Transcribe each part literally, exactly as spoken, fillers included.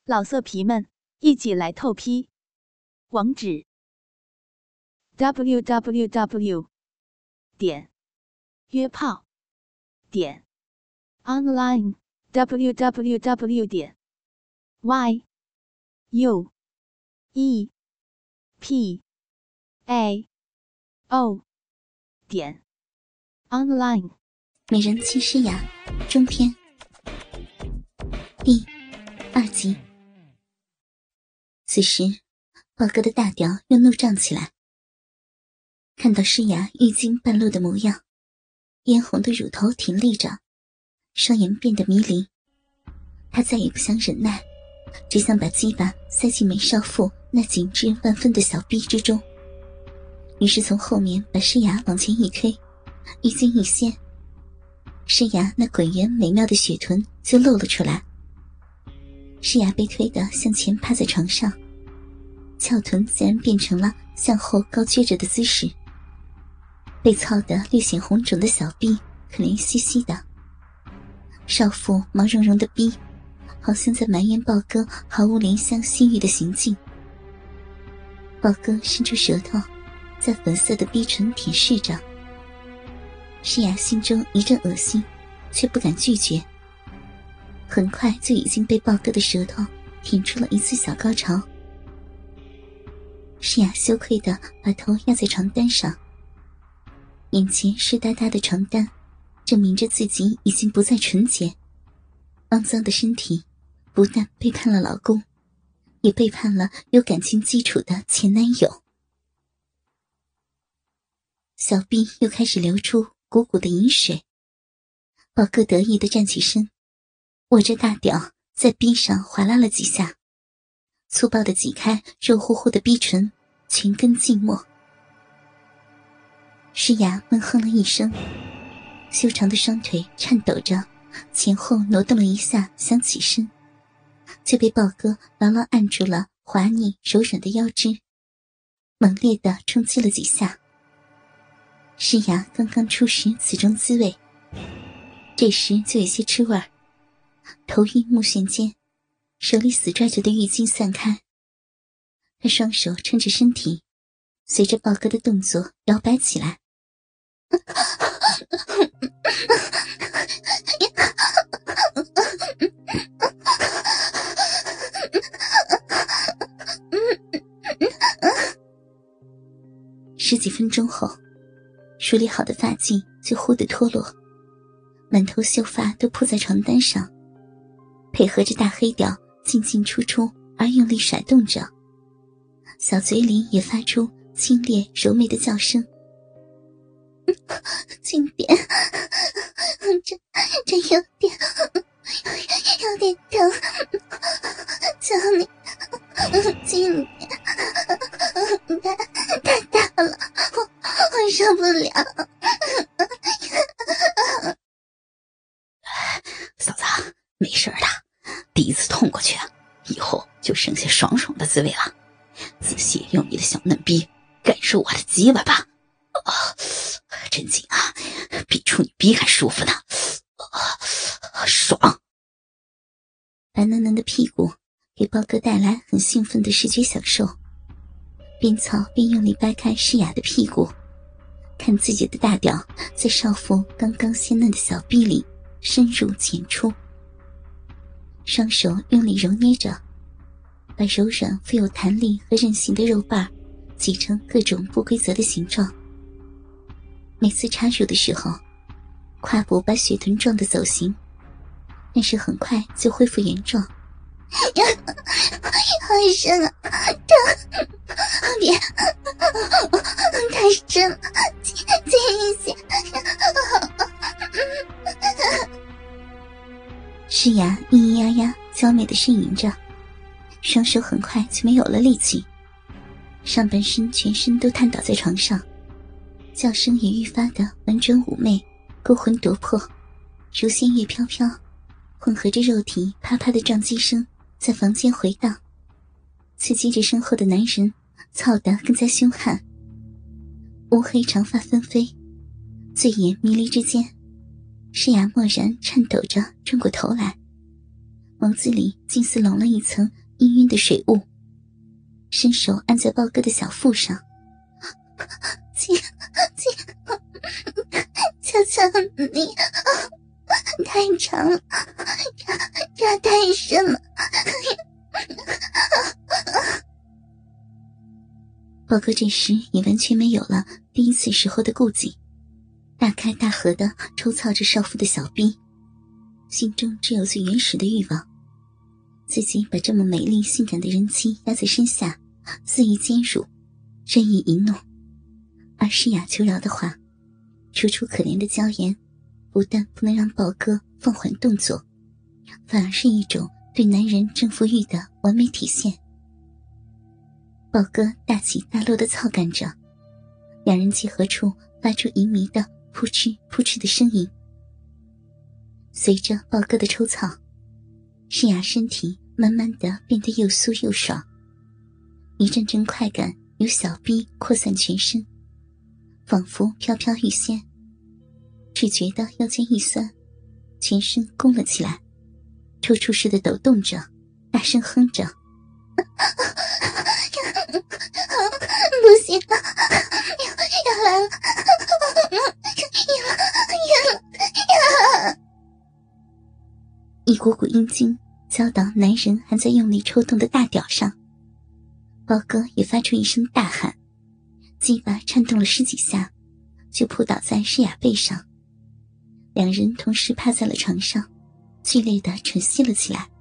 老色皮们，一起来透批！网址 ：double u double u double u 点约炮点 online double u double u double u 点 y u e p a o 点 online。 美人妻诗雅中篇第二集。此时豹哥的大屌又怒胀起来，看到诗雅浴巾半露的模样，嫣红的乳头挺立着，双眼变得迷离，他再也不想忍耐，只想把鸡巴塞进美少妇那紧致万分的小臂之中。于是从后面把诗雅往前一推，浴巾一掀，诗雅那滚圆美妙的雪臀就露了出来。诗雅被推得向前趴在床上，翘臀自然变成了向后高撅着的姿势，被操得略显红肿的小臂可怜兮兮的，少妇毛茸茸的逼好像在埋怨豹哥毫无怜香惜玉的行径。豹哥伸出舌头在粉色的逼唇舔舐着，诗雅心中一阵恶心，却不敢拒绝，很快就已经被豹哥的舌头舔出了一次小高潮。诗雅羞愧地把头压在床单上，眼前湿哒哒的床单证明着自己已经不再纯洁，肮脏的身体不但背叛了老公，也背叛了有感情基础的前男友。小臂又开始流出鼓鼓的饮水，豹哥得意地站起身，握着大屌在逼上划拉了几下，粗暴地挤开肉乎乎的逼唇，全根浸没。诗雅闷哼了一声，修长的双腿颤抖着前后挪动了一下，想起身，就被豹哥牢牢按住了滑腻柔软的腰肢，猛烈地冲击了几下。诗雅刚刚初识此种滋味，这时就有些吃味儿，头晕目眩间，手里死拽着的浴巾散开，他双手撑着身体，随着豹哥的动作摇摆起来。十几分钟后，梳理好的发髻就忽地脱落，满头秀发都铺在床单上，配合着大黑屌进进出出而用力甩动着，小嘴里也发出清冽柔美的叫声。轻点，这这有点有点疼，求你轻点，太太大了，我我受不了。 嫂子，没事的，第一次痛过去，以后就剩下爽爽的滋味了。仔细用你的小嫩逼感受我的鸡巴吧。啊，真紧啊，比处女逼还舒服呢。啊，爽！ 白嫩嫩的屁股给豹哥带来很兴奋的视觉享受，边操边用力掰开诗雅的屁股，看自己的大屌在少妇刚刚鲜嫩的小臂里深入浅出，双手用力揉捏着，把柔软富有弹力和韧性的肉瓣挤成各种不规则的形状。每次插入的时候，胯部把雪臀撞得走形，但是很快就恢复原状。好深啊，疼！别，太深了，轻轻一些。诗雅咿咿呀呀娇媚地呻吟着，双手很快就没有了力气，上半身全身都瘫倒在床上，叫声也愈发的婉转妩媚，勾魂夺魄，如仙乐飘飘，混合着肉体啪啪的撞击声在房间回荡，刺激着身后的男人操得更加凶悍。乌黑长发纷飞，醉眼迷离之间，诗雅蓦然颤抖着转过头来， 眸子里竟似笼了一层氤氲的水雾，伸手按在豹哥的小腹上，亲亲，求求你，太长了，扎扎太深了。豹哥这时也完全没有了第一次时候的顾忌，大开大合地抽操着少妇的小臂，心中只有最原始的欲望，自己把这么美丽性感的人妻压在身下，肆意奸辱，任意淫弄。而诗雅求饶的话，楚楚可怜的娇颜，不但不能让豹哥放缓动作，反而是一种对男人征服欲的完美体现。豹哥大起大落地操干着，两人结合处发出淫靡的扑哧扑哧的声音。随着豹哥的抽操，诗雅身体慢慢地变得又酥又爽，一阵阵快感由小臂扩散全身，仿佛飘飘欲仙，只觉得腰间一酸，全身弓了起来，抽搐似的抖动着，大声哼着不行了，要要来了，要要要！一股股阴茎浇到男人还在用力抽动的大屌上，豹哥也发出一声大喊，鸡巴颤动了十几下，就扑倒在诗雅背上，两人同时趴在了床上，剧烈地喘息了起来。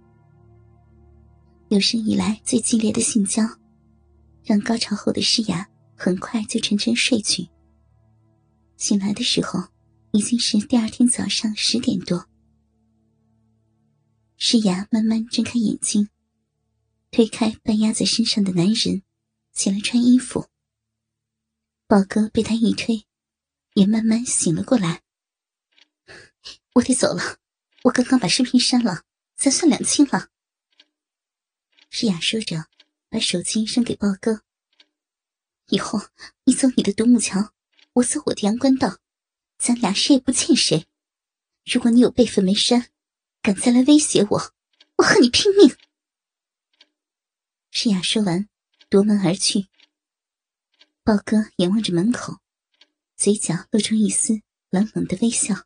有生以来最激烈的性交，让高潮后的诗雅很快就沉沉睡去。醒来的时候已经是第二天早上十点多。诗雅慢慢睁开眼睛，推开半压在身上的男人，起来穿衣服。豹哥被他一推，也慢慢醒了过来。我得走了，我刚刚把视频删了，咱算两清了。诗雅说着，把手机扔给豹哥。以后你走你的独木桥，我走我的阳关道，咱俩谁也不欠谁。如果你有备份没删，敢再来威胁我，我和你拼命。诗雅说完，夺门而去。豹哥眼望着门口，嘴角露出一丝冷冷的微笑。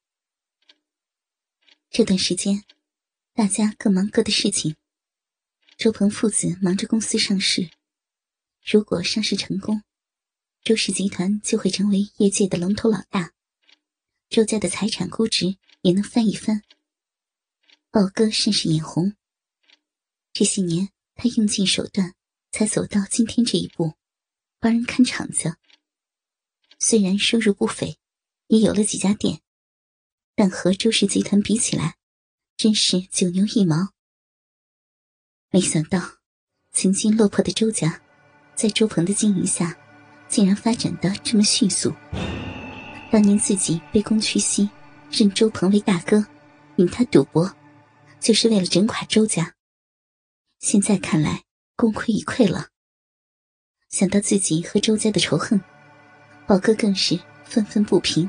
这段时间，大家各忙各的事情。周鹏父子忙着公司上市，如果上市成功，周氏集团就会成为业界的龙头老大，周家的财产估值也能翻一番。豹哥甚是眼红，这些年他用尽手段才走到今天这一步，帮人看场子。虽然收入不菲，也有了几家店，但和周氏集团比起来，真是九牛一毛。没想到曾经落魄的周家，在周鹏的经营下竟然发展得这么迅速。当年自己卑躬屈膝，认周鹏为大哥，引他赌博，就是为了整垮周家。现在看来功亏一篑了。想到自己和周家的仇恨，豹哥更是愤愤不平。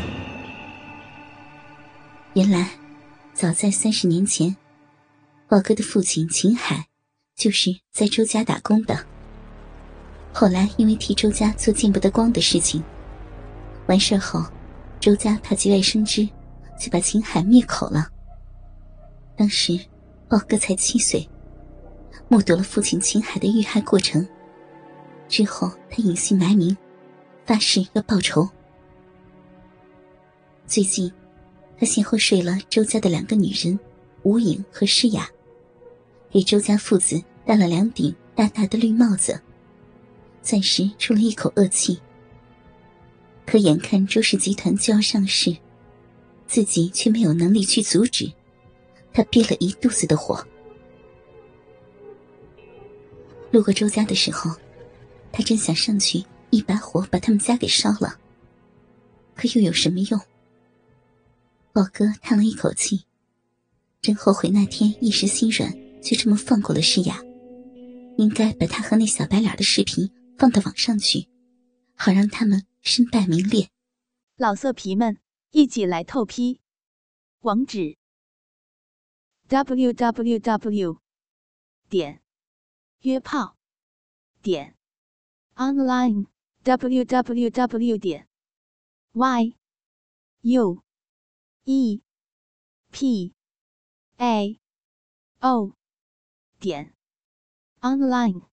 原来早在三十年前，豹哥的父亲秦海就是在周家打工的。后来因为替周家做见不得光的事情，完事后周家怕节外生枝，就把秦海灭口了。当时豹哥才七岁，目睹了父亲秦海的遇害过程。之后他隐姓埋名，发誓要报仇。最近他先后睡了周家的两个女人吴颖和诗雅，给周家父子戴了两顶大大的绿帽子，暂时出了一口恶气。可眼看周氏集团就要上市，自己却没有能力去阻止，他憋了一肚子的火。路过周家的时候，他真想上去一把火把他们家给烧了，可又有什么用？豹哥叹了一口气，真后悔那天一时心软就这么放过了诗雅，应该把他和那小白脸的视频放到网上去，好让他们身败名裂。 老色皮们，一起来透批！网址 www 点约炮点 online www 点 y u e p a o 点 online。